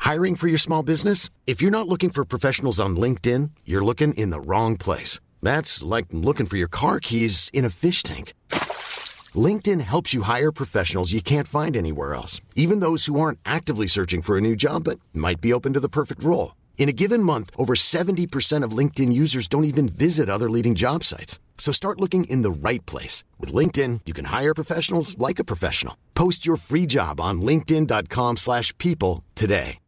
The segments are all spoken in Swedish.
Hiring for your small business? If you're not looking for professionals on LinkedIn, you're looking in the wrong place. That's like looking for your car keys in a fish tank. LinkedIn helps you hire professionals you can't find anywhere else, even those who aren't actively searching for a new job but might be open to the perfect role. In a given month, over 70% of LinkedIn users don't even visit other leading job sites. So start looking in the right place. With LinkedIn, you can hire professionals like a professional. Post your free job on linkedin.com/people today.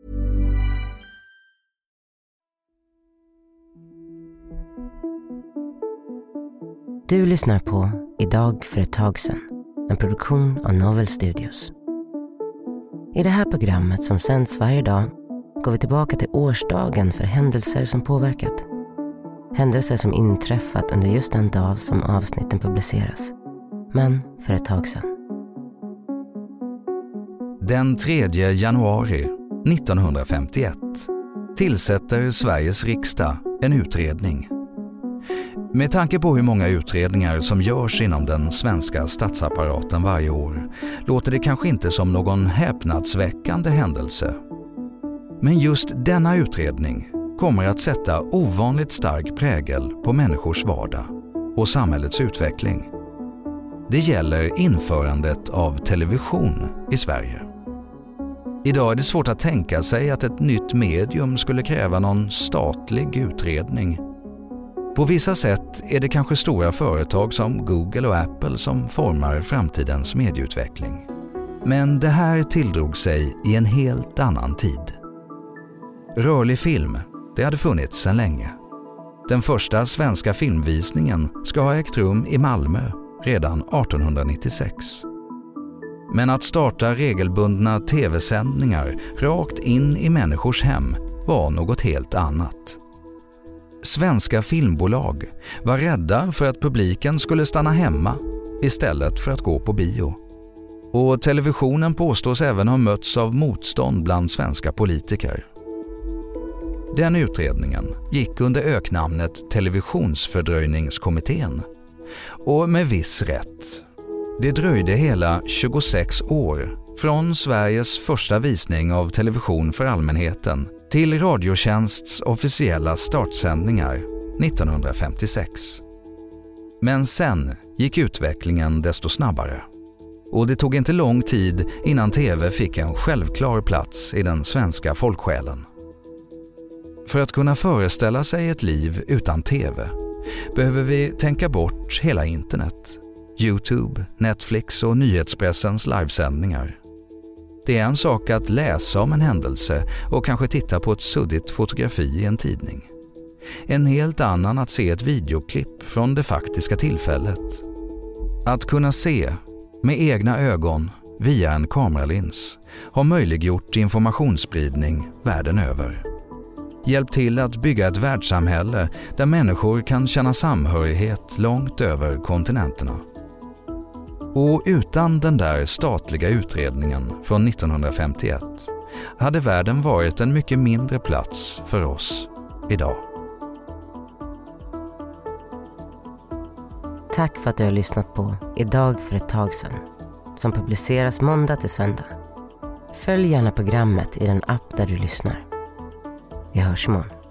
Du lyssnar på Idag för ett tag sedan, en produktion av Novel Studios. I det här programmet som sänds varje dag går vi tillbaka till årsdagen för händelser som påverkat. Händelser som inträffat under just den dag som avsnitten publiceras, men för ett tag sedan. Den 3 januari 1951 tillsätter Sveriges riksdag en utredning. Med tanke på hur många utredningar som görs inom den svenska statsapparaten varje år låter det kanske inte som någon häpnadsväckande händelse. Men just denna utredning kommer att sätta ovanligt stark prägel på människors vardag och samhällets utveckling. Det gäller införandet av television i Sverige. Idag är det svårt att tänka sig att ett nytt medium skulle kräva någon statlig utredning. På vissa sätt är det kanske stora företag som Google och Apple som formar framtidens medieutveckling. Men det här tilldrog sig i en helt annan tid. Rörlig film, det hade funnits sedan länge. Den första svenska filmvisningen ska ha ägt rum i Malmö redan 1896. Men att starta regelbundna tv-sändningar rakt in i människors hem var något helt annat. Svenska filmbolag var rädda för att publiken skulle stanna hemma istället för att gå på bio. Och televisionen påstås även ha mötts av motstånd bland svenska politiker. Den utredningen gick under öknamnet Televisionsfördröjningskommittén. Och med viss rätt. Det dröjde hela 26 år från Sveriges första visning av television för allmänheten till Radiotjänsts officiella startsändningar 1956. Men sen gick utvecklingen desto snabbare. Och det tog inte lång tid innan tv fick en självklar plats i den svenska folksjälen. För att kunna föreställa sig ett liv utan tv behöver vi tänka bort hela internet, YouTube, Netflix och nyhetspressens livesändningar. Det är en sak att läsa om en händelse och kanske titta på ett suddigt fotografi i en tidning. En helt annan att se ett videoklipp från det faktiska tillfället. Att kunna se med egna ögon via en kameralins har möjliggjort informationsspridning världen över. Hjälpt till att bygga ett världssamhälle där människor kan känna samhörighet långt över kontinenterna. Och utan den där statliga utredningen från 1951 hade världen varit en mycket mindre plats för oss idag. Tack för att du har lyssnat på Idag för ett tag sedan, som publiceras måndag till söndag. Följ gärna programmet i den app där du lyssnar. Vi hörs imorgon.